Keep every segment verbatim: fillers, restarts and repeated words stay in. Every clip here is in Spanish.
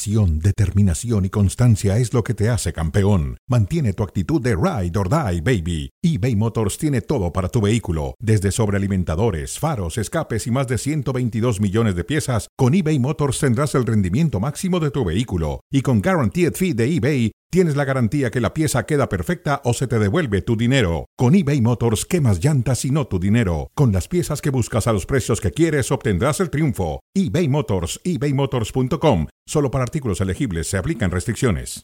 Pasión, determinación y constancia es lo que te hace campeón. Mantiene tu actitud de ride or die, baby. eBay Motors tiene todo para tu vehículo, desde sobrealimentadores, faros, escapes y más de ciento veintidós millones de piezas. Con eBay Motors tendrás el rendimiento máximo de tu vehículo. Y con Guaranteed Fee de eBay, tienes la garantía que la pieza queda perfecta o se te devuelve tu dinero. Con eBay Motors, quemas llantas y no tu dinero. Con las piezas que buscas a los precios que quieres, obtendrás el triunfo. eBay Motors, ebay motors punto com. Solo para artículos elegibles se aplican restricciones.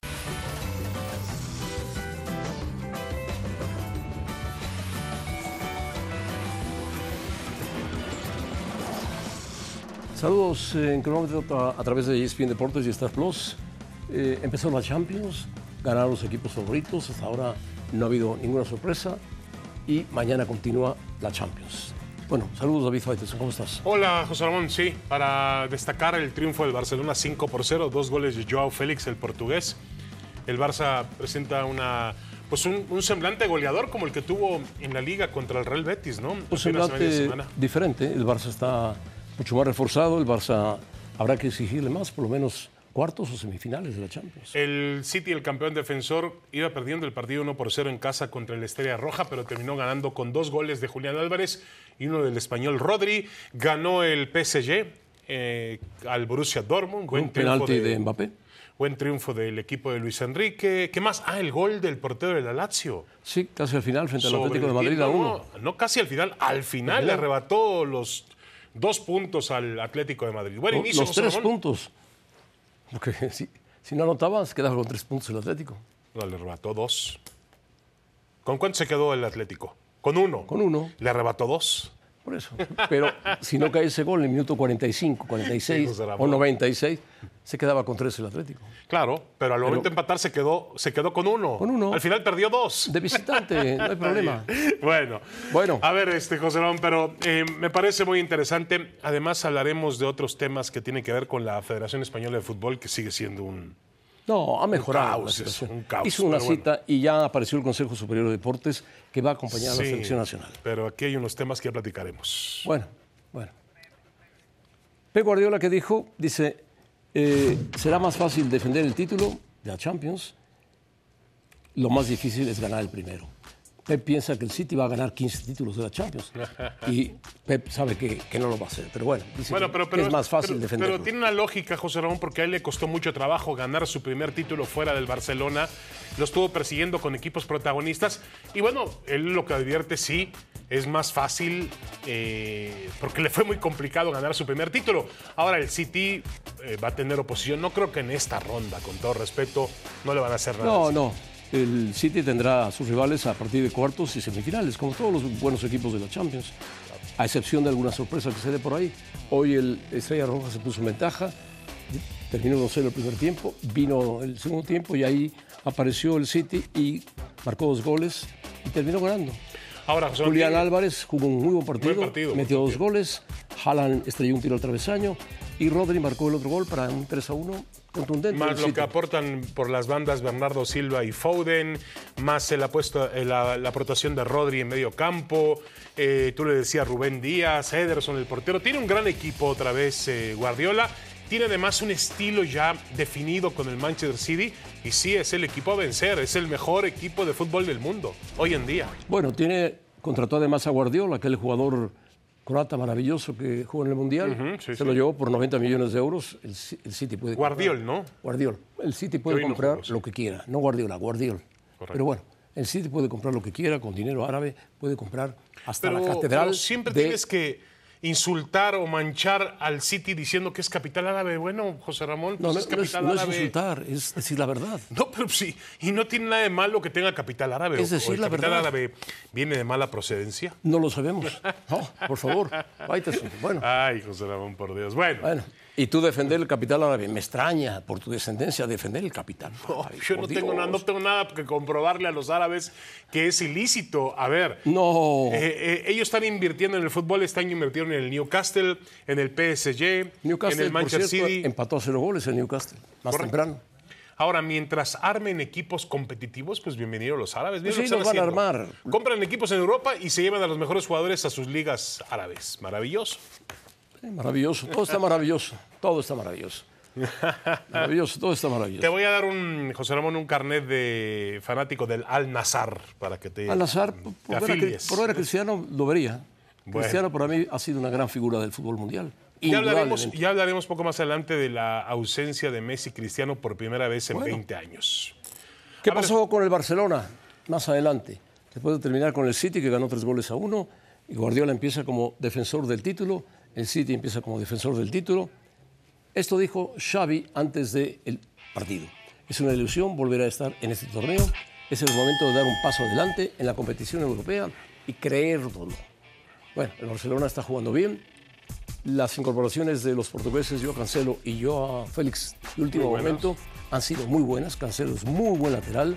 Saludos eh, en cronómetro a, a través de E S P N Deportes y Star Plus. Eh, empezó la Champions, ganaron los equipos favoritos, hasta ahora no ha habido ninguna sorpresa y mañana continúa la Champions. Bueno, saludos David Faitelson, ¿cómo estás? Hola José Ramón, sí, para destacar el triunfo del Barcelona cinco por cero, dos goles de Joao Félix, el portugués. El Barça presenta una, pues un, un semblante goleador como el que tuvo en la Liga contra el Real Betis, ¿no? Un semblante diferente, el Barça está mucho más reforzado, el Barça habrá que exigirle más, por lo menos cuartos o semifinales de la Champions. El City, el campeón defensor, iba perdiendo el partido uno por cero en casa contra el Estrella Roja, pero terminó ganando con dos goles de Julián Álvarez y uno del español Rodri. Ganó el P S G eh, al Borussia Dortmund. Buen un penalti de, de Mbappé. Buen triunfo del equipo de Luis Enrique. ¿Qué más? Ah, el gol del portero de la Lazio. Sí, casi al final, frente al Atlético de Madrid a uno. No, no casi al final, al final le arrebató los dos puntos al Atlético de Madrid. Buen no, inicio, los tres puntos. Porque si, si no anotabas, quedaba con tres puntos el Atlético. No, le arrebató dos. ¿Con cuánto se quedó el Atlético? Con uno. Con uno. Le arrebató dos. Por eso. Pero si no cae ese gol en el minuto cuarenta y cinco, cuarenta y seis sí, o noventa y seis, se quedaba con tres el Atlético. Claro, pero al momento de empatar se quedó, se quedó con uno. Con uno. Al final perdió dos. De visitante, no hay problema. Bueno, bueno. A ver, este, José Ramón, pero eh, me parece muy interesante. Además, hablaremos de otros temas que tienen que ver con la Federación Española de Fútbol, que sigue siendo un... No, ha mejorado un caos, la situación. Un caos, Hizo una bueno. cita y ya apareció el Consejo Superior de Deportes que va a acompañar sí, a la selección nacional. Pero aquí hay unos temas que ya platicaremos. Bueno, bueno. Pep Guardiola que dijo, dice, eh, será más fácil defender el título de la Champions, lo más difícil es ganar el primero. Pep piensa que el City va a ganar quince títulos de la Champions y Pep sabe que, que no lo va a hacer, pero bueno, dice bueno, que, pero, pero, que es más fácil pero, defenderlo. Pero tiene una lógica, José Ramón, porque a él le costó mucho trabajo ganar su primer título fuera del Barcelona, lo estuvo persiguiendo con equipos protagonistas y bueno, él lo que advierte sí, es más fácil eh, porque le fue muy complicado ganar su primer título. Ahora el City eh, va a tener oposición, no creo que en esta ronda, con todo respeto, no le van a hacer nada. No, no. El City tendrá a sus rivales a partir de cuartos y semifinales, como todos los buenos equipos de la Champions, a excepción de alguna sorpresa que se dé por ahí. Hoy el Estrella Roja se puso en ventaja, terminó dos cero el primer tiempo, vino el segundo tiempo y ahí apareció el City y marcó dos goles y terminó ganando. Ahora, José Julián Álvarez jugó un muy buen partido, buen partido metió buen dos partido. goles, Haaland estrelló un tiro al travesaño y Rodri marcó el otro gol para un tres a uno contundente. Más lo que aportan por las bandas Bernardo Silva y Foden, más el apuesto, la, la aportación de Rodri en medio campo, eh, tú le decías Rubén Díaz, Ederson, el portero. Tiene un gran equipo otra vez eh, Guardiola. Tiene además un estilo ya definido con el Manchester City y sí, es el equipo a vencer, es el mejor equipo de fútbol del mundo hoy en día. Bueno, tiene, contrató además a Guardiola, aquel jugador croata maravilloso que jugó en el Mundial. Uh-huh, sí, Se sí. lo llevó por noventa millones de euros. El, el City puede Guardiol, comprar. ¿no? Guardiol. El City puede comprar no lo que quiera. No Guardiola, Guardiol. Correcto. Pero bueno, el City puede comprar lo que quiera con dinero árabe, puede comprar hasta pero, la catedral. Pero siempre de... tienes que insultar o manchar al City diciendo que es capital árabe. Bueno, José Ramón, pues no, no, es capital no es, árabe. No es insultar, es decir la verdad. No, pero sí, y no tiene nada de malo que tenga capital árabe. Es decir, o el la capital verdad. árabe viene de mala procedencia. No lo sabemos. No, por favor. Bueno. Ay, José Ramón, por Dios. Bueno. bueno. Y tú defender el capital árabe, me extraña por tu descendencia defender el capital. No, yo no tengo, nada, no tengo nada que comprobarle a los árabes que es ilícito. A ver, no. eh, eh, ellos están invirtiendo en el fútbol, este año invirtieron en el Newcastle, en el P S G, Newcastle, en el Manchester por cierto, City. Empató a cero goles el Newcastle, más Correcto. temprano. Ahora, mientras armen equipos competitivos, pues bienvenidos los árabes. Pues sí, los van a armar. Compran equipos en Europa y se llevan a los mejores jugadores a sus ligas árabes. Maravilloso. Sí, maravilloso. Todo está maravilloso. Todo está maravilloso. Maravilloso, todo está maravilloso. Te voy a dar, un, José Ramón, un carnet de fanático del Al-Nassr para que te Al-Nassr, por, te por, ver afilies. a, por ver a Cristiano, lo vería. Bueno. Cristiano para mí ha sido una gran figura del fútbol mundial. Ya hablaremos, ya hablaremos poco más adelante de la ausencia de Messi y Cristiano por primera vez en Bueno. veinte años. ¿Qué A ver. pasó con el Barcelona? Más adelante. Después de terminar con el City, que ganó tres goles a uno, y Guardiola empieza como defensor del título, el City empieza como defensor del título. Esto dijo Xavi antes del partido. Es una ilusión volver a estar en este torneo. Es el momento de dar un paso adelante en la competición europea y creerlo. Bueno, el Barcelona está jugando bien. Las incorporaciones de los portugueses, Joao Cancelo y Joao Félix, de último momento, han sido muy buenas. Cancelo es muy buen lateral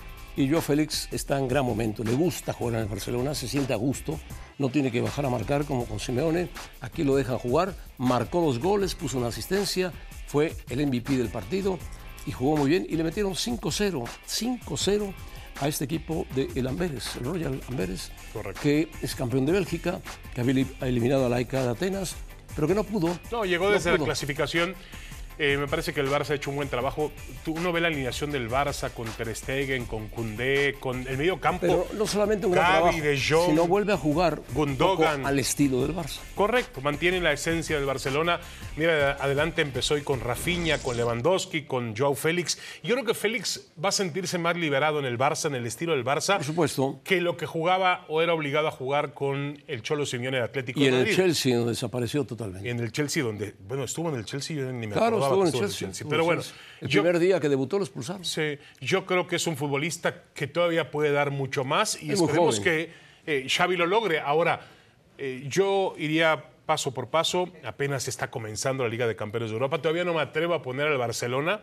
y Joao Félix está en gran momento. Le gusta jugar en el Barcelona, se siente a gusto, no tiene que bajar a marcar como con Simeone. Aquí lo dejan jugar, marcó dos goles, puso una asistencia, fue el M V P del partido y jugó muy bien. Y le metieron cinco cero, cinco cero a este equipo de el Amberes, el Royal Amberes, Correcto. que es campeón de Bélgica, que había eliminado a la A E K de Atenas, pero que no pudo. No, llegó no desde pudo. la clasificación. Eh, me parece que el Barça ha hecho un buen trabajo. Tú- Uno ve la alineación del Barça con Ter Stegen, con Koundé, con el medio campo. Pero no solamente un gran Gavi, trabajo, De Jong, sino vuelve a jugar un Gundogan. poco al estilo del Barça. Correcto, mantiene la esencia del Barcelona. Mira, adelante empezó hoy con Rafinha, con Lewandowski, con Joao Félix. Yo creo que Félix va a sentirse más liberado en el Barça, en el estilo del Barça, Por supuesto. que lo que jugaba o era obligado a jugar con el Cholo Simeone de Atlético Y de en el Madrid. Chelsea no desapareció totalmente. Y en el Chelsea, donde, bueno, estuvo en el Chelsea, yo ni me Claro, acordaba estuvo en que el estuvo Chelsea. estuvo Pero en el bueno, Chelsea. El yo, primer día que debutó lo expulsaron. sí, yo creo que es un futbolista que todavía puede dar mucho más y Es muy esperemos joven. que eh, Xavi lo logre. Ahora, eh, yo iría paso por paso, apenas está comenzando la Liga de Campeones de Europa, todavía no me atrevo a poner al Barcelona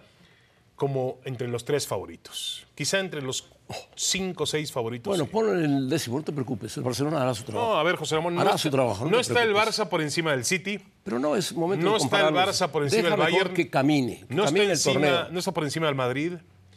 como entre los tres favoritos. Quizá entre los cinco o seis favoritos. Bueno, sí. ponlo en el décimo, no te preocupes. El Barcelona hará su trabajo. No, a ver, José Ramón, no, Hará está, su trabajo, no no te está el preocupes. Barça por encima del City. Pero no es momento No de está el compararlos. Barça por encima Deja del mejor Bayern. que camine. Que No está, camine el torneo. encima, no está por encima del Madrid.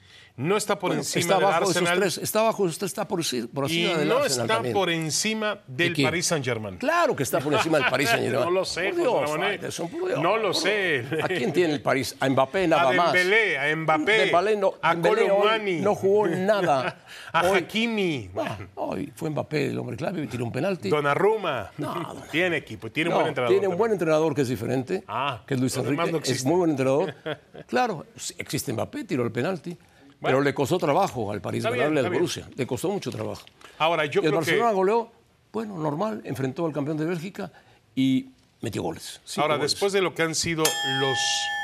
No está por Bueno, encima está del abajo de esos Arsenal. tres. Está abajo, usted está por, por Y encima del no Arsenal está también. por encima del quién? Paris Saint-Germain. Claro que está por encima del Paris Saint-Germain. No lo sé, Por Dios, José Ramón, eh. Faitelson, por Dios, No lo por sé. Dios. ¿A quién tiene el París? A Mbappé nada A más. Dembélé, a Mbappé, Dembélé no, a Dembélé hoy Colomani. no jugó nada. A Hoy- Hakimi, Ah, hoy fue Mbappé el hombre clave y tiró un penalti. Donnarumma. No, Tiene equipo, tiene No, un buen entrenador. tiene un también. buen entrenador que es diferente, Ah, que es Luis los demás Enrique. no es existen. muy buen entrenador. Claro, sí, existe Mbappé, tiró el penalti. Bueno. Pero le costó trabajo al París Está bien, ganarle está al bien. Borussia. Le costó mucho trabajo. Ahora, yo Y el creo Barcelona que... goleó, bueno, normal, enfrentó al campeón de Bélgica y metió goles. Cinco Ahora, goles. después de lo que han sido los,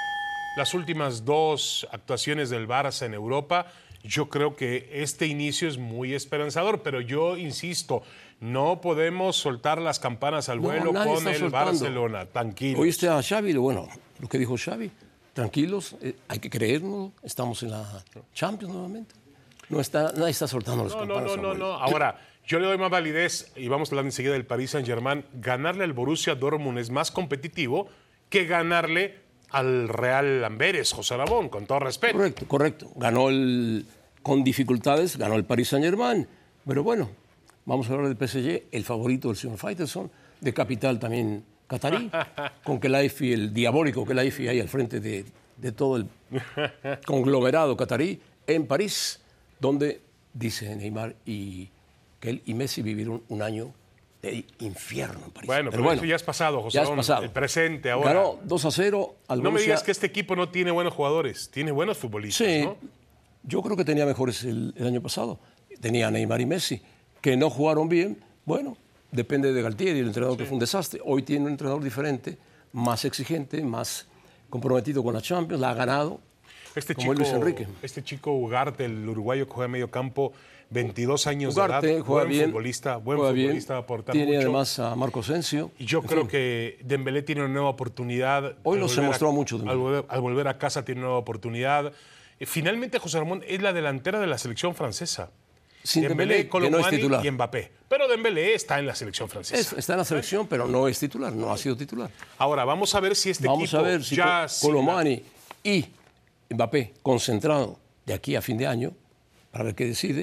las últimas dos actuaciones del Barça en Europa, yo creo que este inicio es muy esperanzador, pero yo insisto, no podemos soltar las campanas al No, vuelo nadie con está el soltando. Barcelona. Tranquilo. ¿Oíste a Xavi? Bueno, lo que dijo Xavi, tranquilos, eh, hay que creernos, estamos en la Champions nuevamente. No está, nadie está soltando las No, no, campanas no, al no, vuelo. no. Ahora, yo le doy más validez, y vamos a hablar enseguida del Paris Saint-Germain, ganarle al Borussia Dortmund es más competitivo que ganarle al Real Amberes, José Ramón, con todo respeto. Correcto, correcto. Ganó el, con dificultades, ganó el Paris Saint-Germain. Pero bueno, vamos a hablar del P S G, el favorito del señor Faitelson, de capital también catarí, con Kelaifi, el diabólico Kelaifi ahí al frente de, de todo el conglomerado catarí en París, donde, dice Neymar y, que él y Messi vivieron un año de infierno en París. Bueno, pero, eso ya es pasado, José ya es Ramón. pasado. El presente ahora. Ganó dos a cero al No me Borussia. digas que este equipo no tiene buenos jugadores, tiene buenos futbolistas, Sí, ¿no? yo creo que tenía mejores el, el año pasado. Tenía a Neymar y Messi, que no jugaron bien. Bueno, depende de Galtieri, el entrenador que fue un desastre. Hoy tiene un entrenador diferente, más exigente, más comprometido con la Champions, la ha ganado, Este como chico, Luis Enrique. este chico Ugarte, el uruguayo que juega en medio campo, veintidós años Ugarte de edad, juega buen bien, futbolista, buen juega bien. futbolista, va a aportar Tiene mucho. además a Marco Asensio. Y yo En creo fin, que Dembélé tiene una nueva oportunidad. Hoy Al no se volver a- mostró mucho Al Dembélé. volver, al volver a casa tiene una nueva oportunidad. Eh, Finalmente, José Ramón es la delantera de la selección francesa. sin Dembélé, que no es Colomani titular. y Mbappé. Pero Dembélé está en la selección francesa. Es- está en la selección, pero no es titular, no ha sido titular. Ahora, vamos a ver si este Vamos equipo a ver si ya... Co- sin la- Colomani y Mbappé, concentrado de aquí a fin de año, para ver qué decide,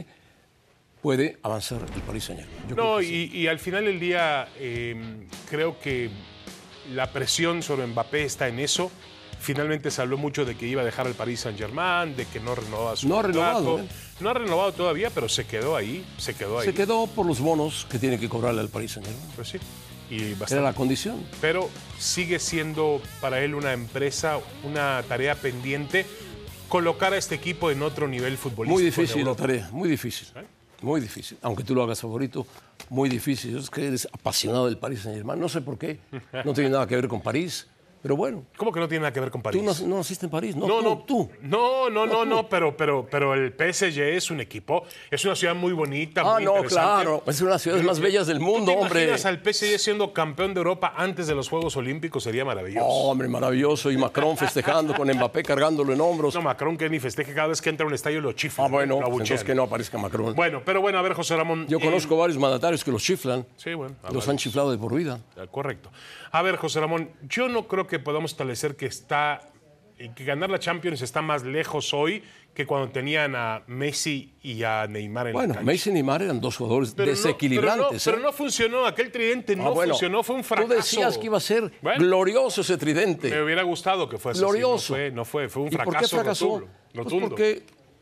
puede avanzar el Paris Saint-Germain. Yo creo No, que sí. y, y al final del día eh, creo que la presión sobre Mbappé está en eso. Finalmente se habló mucho de que iba a dejar el Paris Saint-Germain, de que no renovaba su No ha contrato. renovado, ¿eh? No ha renovado todavía, pero se quedó ahí, se quedó ahí. Se quedó por los bonos que tiene que cobrarle al Paris Saint-Germain. Pues sí. Y bastante. Era la condición. Pero sigue siendo para él una empresa, una tarea pendiente, colocar a este equipo en otro nivel futbolístico. Muy difícil en la Europa. tarea, muy difícil. ¿Eh? Muy difícil. Aunque tú lo hagas favorito, muy difícil. Es que eres apasionado del Paris Saint-Germain. No sé por qué. No tiene nada que ver con París. Pero bueno, ¿Cómo que no tiene nada que ver con París? tú no, no naciste en París. No, No, tú, no, tú. No, no, no, tú. no, pero, pero, pero el P S G es un equipo, es una ciudad muy bonita, Ah, muy no, interesante. claro. Es una de las ciudades más bellas del mundo, ¿Tú te hombre. imaginas al P S G siendo campeón de Europa antes de los Juegos Olímpicos? Sería maravilloso. Oh, hombre, maravilloso. Y Macron festejando con Mbappé cargándolo en hombros. No, Macron que ni festeje cada vez que entra a un estadio lo chifla. ah, bueno, lo abuchean. entonces que no aparezca Macron. Bueno, pero bueno, a ver, José Ramón. Yo eh, conozco varios mandatarios que los chiflan. Sí, bueno. a Los ver. han chiflado de por vida. Ah, correcto. A ver, José Ramón, yo no creo que podamos establecer que está eh, que ganar la Champions está más lejos hoy que cuando tenían a Messi y a Neymar en Bueno, la cancha. Messi y Neymar eran dos jugadores Pero no- desequilibrantes. pero, no, ¿eh? pero no funcionó, aquel tridente Ah, no bueno, funcionó, fue un fracaso. Tú decías que iba a ser Bueno. glorioso ese tridente. Me hubiera gustado que fuese Glorioso. así, no fue, no fue, fue un ¿Y por qué fracaso fracasó? rotundo. Pues rotundo. porque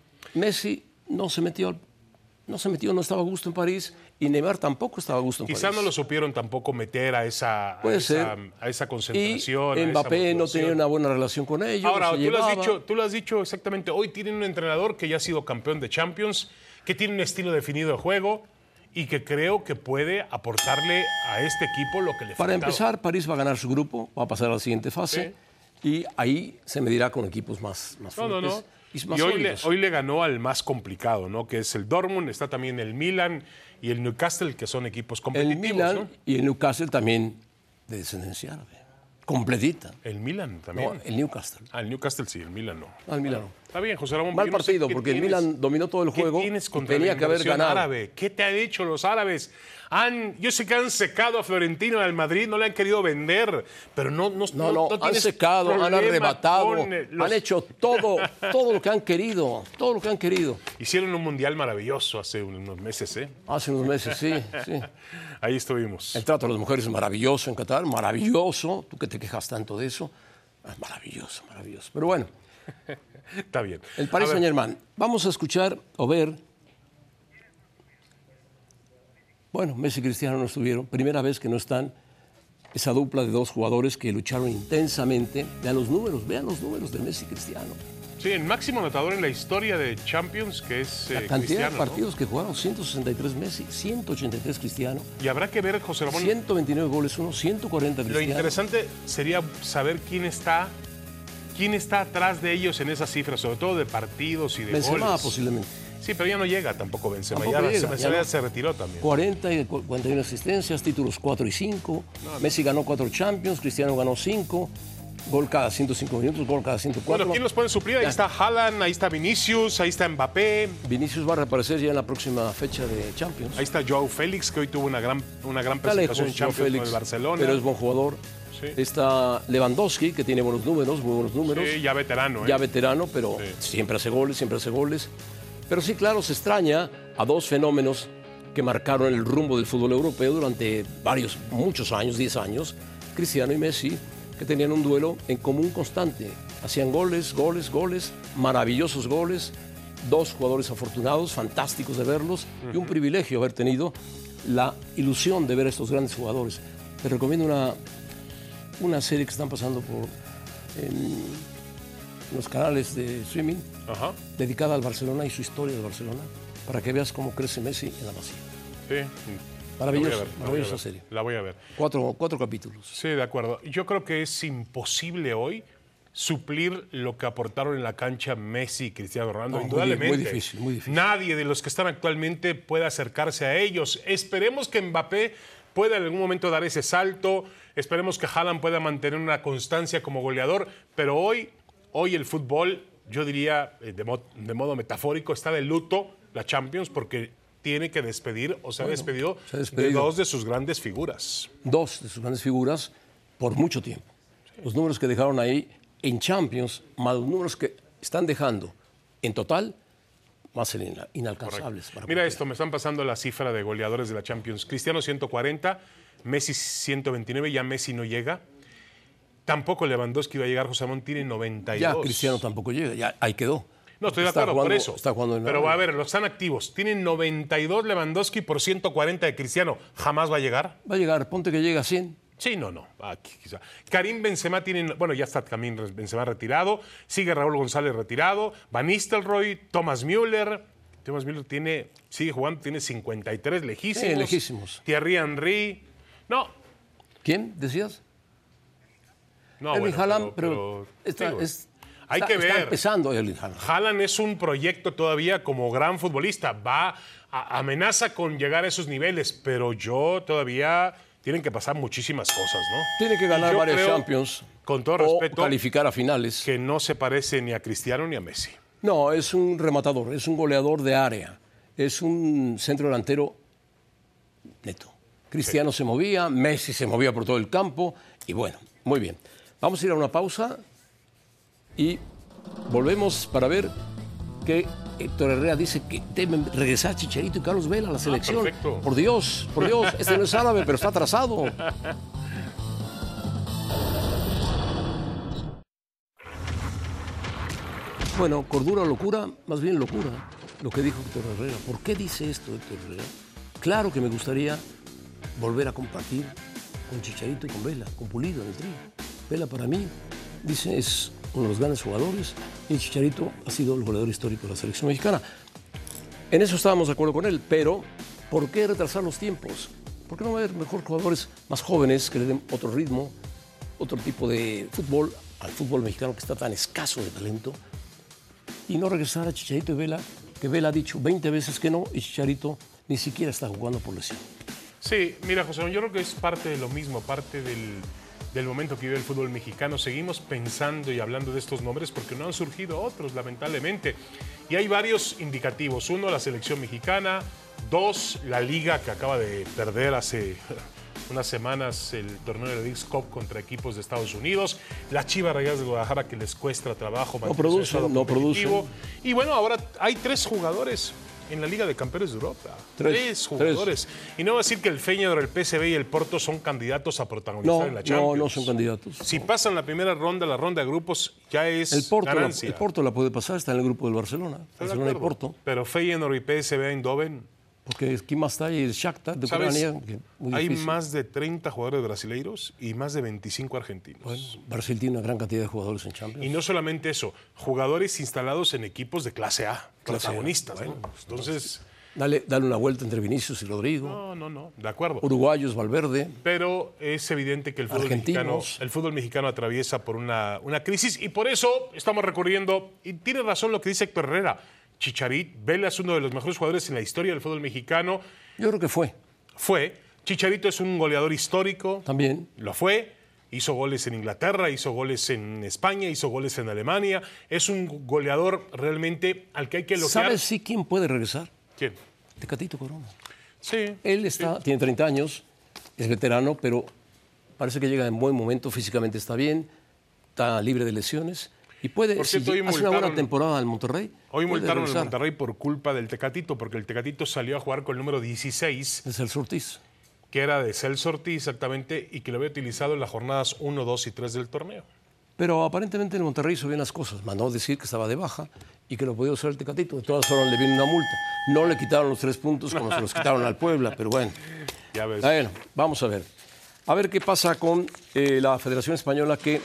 Messi no se metió, al- no se metió, no estaba a gusto en París y Neymar tampoco estaba a gusto en Quizá París. no lo supieron tampoco meter a esa, a Puede esa, ser. a esa Y concentración. a esa Mbappé no motivación. tenía una buena relación con ellos. Ahora, se tú lo, has llevaba. dicho, tú lo has dicho exactamente. Hoy tienen un entrenador que ya ha sido campeón de Champions, que tiene un estilo definido de juego y que creo que puede aportarle a este equipo lo que le falta. Para empezar, París va a ganar su grupo, va a pasar a la siguiente fase y ahí se medirá con equipos más, más No, no, fuertes no. y más Y hoy le, sólidos. hoy le ganó al más complicado, ¿no? Que es el Dortmund, está también el Milan y el Newcastle, que son equipos El competitivos, Milan ¿no? y el Newcastle también de descendencia árabe. Completita. El Milan también. No, el Newcastle. Ah, el Newcastle sí, el Milan no. No, el Milan no. Está bien, José Ramón. Mal yo no sé partido, qué porque el tienes- Milan dominó todo el ¿Qué juego tienes y contra tenía la que haber inversión ganado. árabe? ¿Qué te han hecho los árabes? Han, yo sé que han secado a Florentino al Madrid, no le han querido vender, pero no no No, no, han tienes secado, han problema arrebatado, con, eh, los- han hecho todo, todo lo que han querido, todo lo que han querido. Hicieron un mundial maravilloso hace unos meses, ¿eh? Hace unos meses, sí, sí. Ahí estuvimos. El trato a las mujeres es maravilloso en Qatar, maravilloso. Tú que te quejas tanto de eso, es maravilloso, maravilloso. Pero bueno, Está bien. el Paris A ver, Saint-Germain. Vamos a escuchar o ver. Bueno, Messi y Cristiano no estuvieron. Primera vez que no están esa dupla de dos jugadores que lucharon intensamente. Vean los números, vean los números de Messi y Cristiano. Sí, el máximo anotador en la historia de Champions, que es La eh, cantidad Cristiano, de ¿no? partidos que jugaron, ciento sesenta y tres Messi, ciento ochenta y tres Cristiano, Y habrá que ver, José Ramón, ciento veintinueve goles uno, ciento cuarenta lo Cristiano. interesante sería saber quién está, quién está atrás de ellos en esas cifras, sobre todo de partidos y de Benzema goles. posiblemente. Sí, pero ya no llega tampoco Benzema. Tampoco ya llega, Benzema ya ya no. se retiró también. cuarenta y cuarenta y una asistencias, títulos cuatro y cinco. Messi ganó cuatro Champions, Cristiano ganó cinco. Gol cada ciento cinco minutos, gol cada ciento cuatro. Bueno, ¿quién los puede suplir? Ahí Ya. está Haaland, ahí está Vinicius, ahí está Mbappé, Vinicius va a reaparecer ya en la próxima fecha de Champions. ahí está Joao Félix, que hoy tuvo una gran, una gran Está lejos, presentación en Joao Champions con Félix, el Barcelona. pero es buen jugador. Sí. Está Lewandowski, que tiene buenos números, muy buenos números. Sí, ya veterano. ¿eh? Ya veterano, pero Sí. siempre hace goles, siempre hace goles. Pero sí, claro, se extraña a dos fenómenos que marcaron el rumbo del fútbol europeo durante varios, muchos años, diez años, Cristiano y Messi, que tenían un duelo en común constante. Hacían goles, goles, goles, maravillosos goles, dos jugadores afortunados, fantásticos de verlos, y un privilegio haber tenido la ilusión de ver a estos grandes jugadores. Te recomiendo una, una serie que están pasando por en los canales de streaming, Ajá. dedicada al Barcelona y su historia del Barcelona, para que veas cómo crece Messi en la Masía. Sí. Maravilloso, La voy a ver, la voy a maravillosa ver, serie. La voy a ver. Cuatro, cuatro capítulos. Sí, de acuerdo. Yo creo que es imposible hoy suplir lo que aportaron en la cancha Messi y Cristiano Ronaldo. No, muy indudablemente. di- muy difícil, muy difícil. Nadie de los que están actualmente puede acercarse a ellos. Esperemos que Mbappé pueda en algún momento dar ese salto. Esperemos que Haaland pueda mantener una constancia como goleador. Pero hoy, hoy el fútbol, yo diría eh, de, mo- de modo metafórico, está de luto la Champions porque tiene que despedir o se ha despedido, se ha despedido. de dos de sus grandes figuras. Dos de sus grandes figuras por mucho tiempo. Los números que dejaron ahí en Champions, más los números que están dejando en total, más ser ina- inalcanzables. Para Mira cualquiera. esto, me están pasando la cifra de goleadores de la Champions. Cristiano ciento cuarenta, Messi ciento veintinueve, ya Messi no llega. Tampoco Lewandowski va a llegar, José Ramón tiene noventa y dos. Ya Cristiano tampoco llega, ya ahí quedó. No, estoy de Está acuerdo, jugando, por eso. Está jugando en Pero la... a ver, los están activos. Tienen noventa y dos Lewandowski por ciento cuarenta de Cristiano. ¿Jamás va a llegar? Va a llegar, ponte que llega a cien. Sí, no, no. Aquí, quizá. Karim Benzema tiene, bueno, ya está Karim Benzema retirado. Sigue Raúl González retirado. Van Nistelrooy, Thomas Müller. Thomas Müller tiene, sigue jugando, tiene cincuenta y tres lejísimos. Sí, lejísimos. Thierry Henry. No. ¿Quién decías? No, Erling bueno, Haaland, pero, pero, pero, está, digo, es, hay está, que ver. Está empezando Erling Haaland. Haaland es un proyecto todavía como gran futbolista. Va, a, amenaza con llegar a esos niveles, pero yo todavía tienen que pasar muchísimas cosas, ¿no? Tiene que ganar yo varios creo, Champions. Con todo o respeto, calificar a finales. que no se parece ni a Cristiano ni a Messi. No, es un rematador, es un goleador de área. Es un centro delantero neto. Cristiano sí. se movía, Messi se movía por todo el campo. Y bueno, muy bien. Vamos a ir a una pausa y volvemos para ver que Héctor Herrera dice que deben regresar Chicharito y Carlos Vela a la selección. Ah, por Dios, por Dios, este no es árabe, pero está atrasado. Bueno, cordura o locura, más bien locura, lo que dijo Héctor Herrera. ¿Por qué dice esto Héctor Herrera? Claro que me gustaría volver a compartir con Chicharito y con Vela, con Pulido en el trío. Vela para mí, dice, es uno de los grandes jugadores y Chicharito ha sido el goleador histórico de la selección mexicana. En eso estábamos de acuerdo con él, pero ¿por qué retrasar los tiempos? ¿Por qué no haber mejor jugadores más jóvenes que le den otro ritmo, otro tipo de fútbol al fútbol mexicano que está tan escaso de talento? Y no regresar a Chicharito y Vela, que Vela ha dicho veinte veces que no y Chicharito ni siquiera está jugando por lesión. Sí, mira, José, yo creo que es parte de lo mismo, parte del, del momento que vive el fútbol mexicano. Seguimos pensando y hablando de estos nombres porque no han surgido otros, lamentablemente. Y hay varios indicativos. Uno, la selección mexicana. Dos, la liga que acaba de perder hace unas semanas el torneo de la Leagues Cup contra equipos de Estados Unidos. Las Chivas Rayadas de Guadalajara que les cuesta trabajo. No producen, no producen. Y bueno, ahora hay tres jugadores en la Liga de Campeones de Europa. Tres, tres jugadores. Tres. Y no va a decir que el Feyenoord, el P S V y el Porto son candidatos a protagonizar no, en la Champions. No, no son candidatos. Si pasan la primera ronda, la ronda de grupos, ya es el Porto ganancia. La, el Porto la puede pasar, está en el grupo del Barcelona. Barcelona y Porto. Pero Feyenoord y P S V Eindhoven. Porque ¿quién más está ahí? El Shakhtar de Ucrania. Hay más de treinta jugadores brasileiros y más de veinticinco argentinos. Bueno, Brasil tiene una gran cantidad de jugadores en Champions. Y no solamente eso, jugadores instalados en equipos de clase A, clase protagonistas. A. Bueno, ¿no? Entonces... Dale, dale una vuelta entre Vinicius y Rodrigo. No, no, no, de acuerdo. Uruguayos, Valverde. Pero es evidente que el fútbol mexicano, el fútbol mexicano atraviesa por una, una crisis y por eso estamos recurriendo, y tiene razón lo que dice Héctor Herrera, Chicharito, Vela es uno de los mejores jugadores en la historia del fútbol mexicano. Yo creo que fue. Fue. Chicharito es un goleador histórico. También. Lo fue. Hizo goles en Inglaterra, hizo goles en España, hizo goles en Alemania. Es un goleador realmente al que hay que elogiar. ¿Sabes sí quién puede regresar? ¿Quién? Tecatito Corona. Sí. Él está, sí. tiene treinta años, es veterano, pero parece que llega en buen momento, físicamente está bien, está libre de lesiones y puede, por cierto, si hoy hace multaron, una buena temporada al Monterrey. Hoy multaron al Monterrey por culpa del Tecatito, porque el Tecatito salió a jugar con el número dieciséis. De Celso Ortiz. Que era de Celso Ortiz, exactamente, y que lo había utilizado en las jornadas uno, dos y tres del torneo. Pero aparentemente el Monterrey hizo bien las cosas. Mandó decir que estaba de baja y que lo podía usar el Tecatito. De todas formas le viene una multa. No le quitaron los tres puntos como se los quitaron al Puebla, pero bueno. Ya ves. Bueno, vamos a ver. A ver qué pasa con eh, la Federación Española, que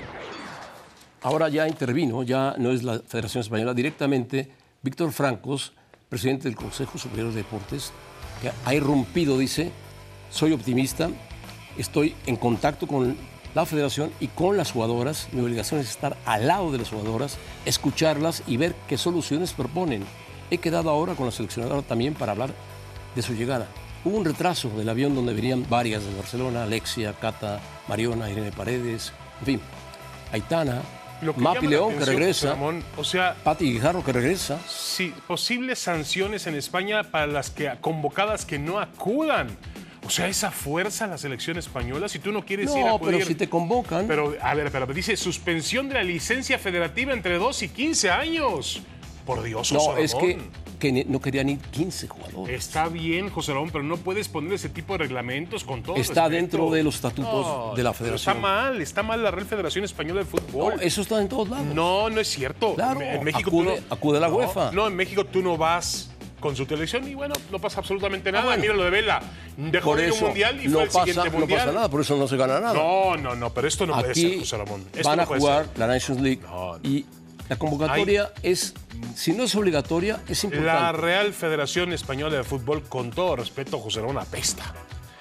ahora ya intervino, ya no es la Federación Española directamente. Víctor Francos, presidente del Consejo Superior de Deportes, que ha irrumpido, dice, soy optimista, estoy en contacto con la federación y con las jugadoras. Mi obligación es estar al lado de las jugadoras, escucharlas y ver qué soluciones proponen. He quedado ahora con la seleccionadora también para hablar de su llegada. Hubo un retraso del avión donde venían varias de Barcelona, Alexia, Cata, Mariona, Irene Paredes, en fin, Aitana, Mapi León que regresa, Ramón, o sea, Pati Guijarro que regresa. Sí, posibles sanciones en España para las que convocadas que no acudan. O sea, esa fuerza la selección española, si tú no quieres no, ir a acudir... pero si te convocan... Pero, a ver, pero dice suspensión de la licencia federativa entre dos y quince años. Por Dios, No, Ramón. es que que no querían ir quince jugadores. Está bien, José Ramón, pero no puedes poner ese tipo de reglamentos con todo Está respeto. dentro de los estatutos No, de la pero federación. Está mal, está mal la Real Federación Española de Fútbol. No, eso está en todos lados. No, no es cierto. Claro, en México acude, tú no, acude a la no, UEFA. No, en México tú no vas con su televisión y bueno, no pasa absolutamente nada. Ah, bueno. Mira lo de Vela. Dejó Por de ir a eso un mundial y no fue al pasa, siguiente no mundial. pasa nada, por eso no se gana nada. No, no, no, pero esto no puede ser, Aquí José Ramón. Esto van no a puede jugar ser. la Nations League No, no. y la convocatoria es, si no es obligatoria, es importante. La Real Federación Española de Fútbol, con todo respeto, José Ramón, apesta.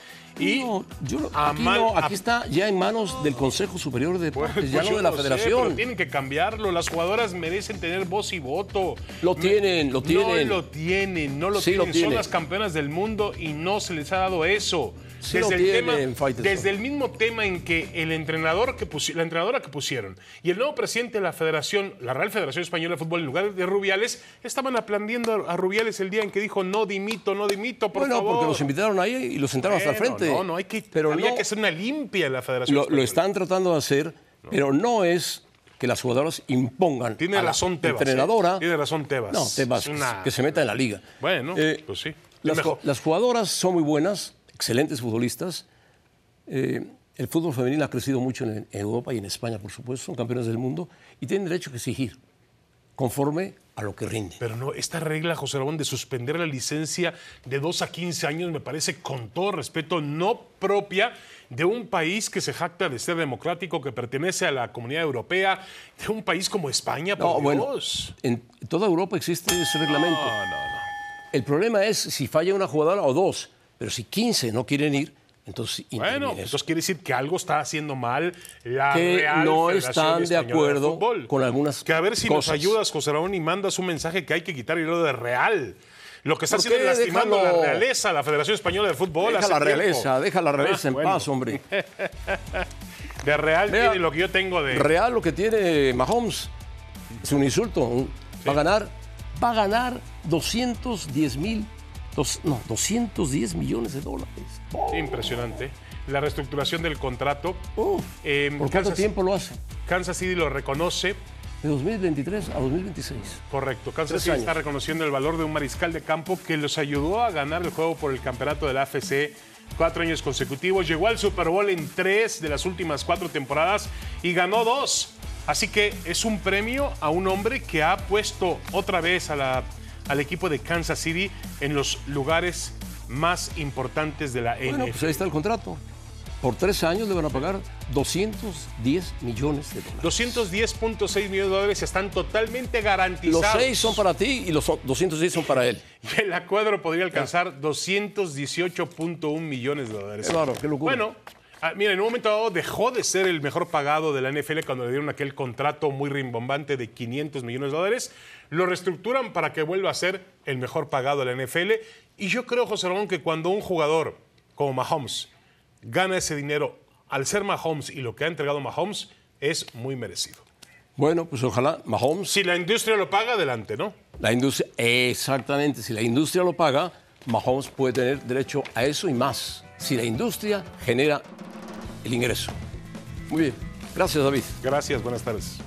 Y No, yo no- a aquí, mal- no, aquí a- está ya en manos del Consejo Superior de Deportes, Pues, ya pues no yo de la lo sé, Federación. pero tienen que cambiarlo. Las jugadoras merecen tener voz y voto. Lo tienen, lo tienen. No lo tienen, no lo Sí lo tienen. Son tienen. las campeonas del mundo y no se les ha dado eso. Sí lo el tienen, tema, Faitelson. desde el mismo tema en que el entrenador que pusi- la entrenadora que pusieron y el nuevo presidente de la Federación, la Real Federación Española de Fútbol, en lugar de Rubiales, estaban aplaudiendo a Rubiales el día en que dijo no dimito, no dimito, por Bueno, favor. porque los invitaron ahí y los sentaron hasta el Bueno, frente. No, no, hay que, pero había no, que hacer una limpia en la Federación lo, lo Española. están tratando de hacer, pero no es que las jugadoras impongan Tiene a la razón Tebas. entrenadora. ¿eh? Tiene razón Tebas. No, Tebas, Es una- que se meta en la liga. Bueno, Eh, pues sí. Las, Mejor. las jugadoras son muy buenas, excelentes futbolistas. Eh, el fútbol femenil ha crecido mucho en, en Europa y en España, por supuesto. Son campeones del mundo y tienen derecho a exigir conforme a lo que rinde. Pero no, esta regla, José Ramón, de suspender la licencia de dos a quince años me parece, con todo respeto, no propia de un país que se jacta de ser democrático, que pertenece a la Comunidad Europea, de un país como España, por No, bueno, Dios. en toda Europa existe ese reglamento. No, no, no. El problema es si falla una jugadora o dos, pero si quince no quieren ir, entonces Bueno, interviene eso. entonces quiere decir que algo está haciendo mal la Que Real no Federación están de Española acuerdo Fútbol. con algunas Que a ver si cosas. nos ayudas, José Ramón, y mandas un mensaje que hay que quitar el hilo de Real. Lo que está ¿Por haciendo qué? es lastimando a la Déjalo. realeza, a la Federación Española de Fútbol. Deja hace la tiempo. realeza, deja la realeza Ah, en bueno. paz, hombre. De Real Vea, tiene lo que yo tengo de... Real lo que tiene Mahomes es un insulto. Un- Va a ganar, va a ganar doscientos diez mil, dos- no, doscientos diez millones de dólares. Oh, Impresionante. La reestructuración del contrato. oh. Eh, ¿Por cuánto Kansas- tiempo lo hace? Kansas City lo reconoce. De dos mil veintitrés a dos mil veintiséis. Correcto. Kansas Tres City años. está reconociendo el valor de un mariscal de campo que los ayudó a ganar el juego por el campeonato de la A F C cuatro años consecutivos. Llegó al Super Bowl en tres de las últimas cuatro temporadas y ganó dos. Así que es un premio a un hombre que ha puesto otra vez a la, al equipo de Kansas City en los lugares más importantes de la Bueno, N F L. pues ahí está el contrato. Por tres años le van a pagar doscientos diez millones de dólares. doscientos diez punto seis millones de dólares están totalmente Los garantizados. seis son para ti y los doscientos diez son para él. Y el acuadro podría alcanzar doscientos dieciocho punto uno millones de dólares. Claro, qué locura. Bueno, ah, mira, en un momento dado dejó de ser el mejor pagado de la N F L cuando le dieron aquel contrato muy rimbombante de quinientos millones de dólares. Lo reestructuran para que vuelva a ser el mejor pagado de la N F L. Y yo creo, José Ramón, que cuando un jugador como Mahomes gana ese dinero al ser Mahomes y lo que ha entregado Mahomes, es muy merecido. Bueno, pues ojalá Mahomes, Si la industria lo paga, adelante, ¿no? la industria, exactamente, si la industria lo paga, Mahomes puede tener derecho a eso y más. Si la industria genera el ingreso. Muy bien. Gracias, David. Gracias, buenas tardes.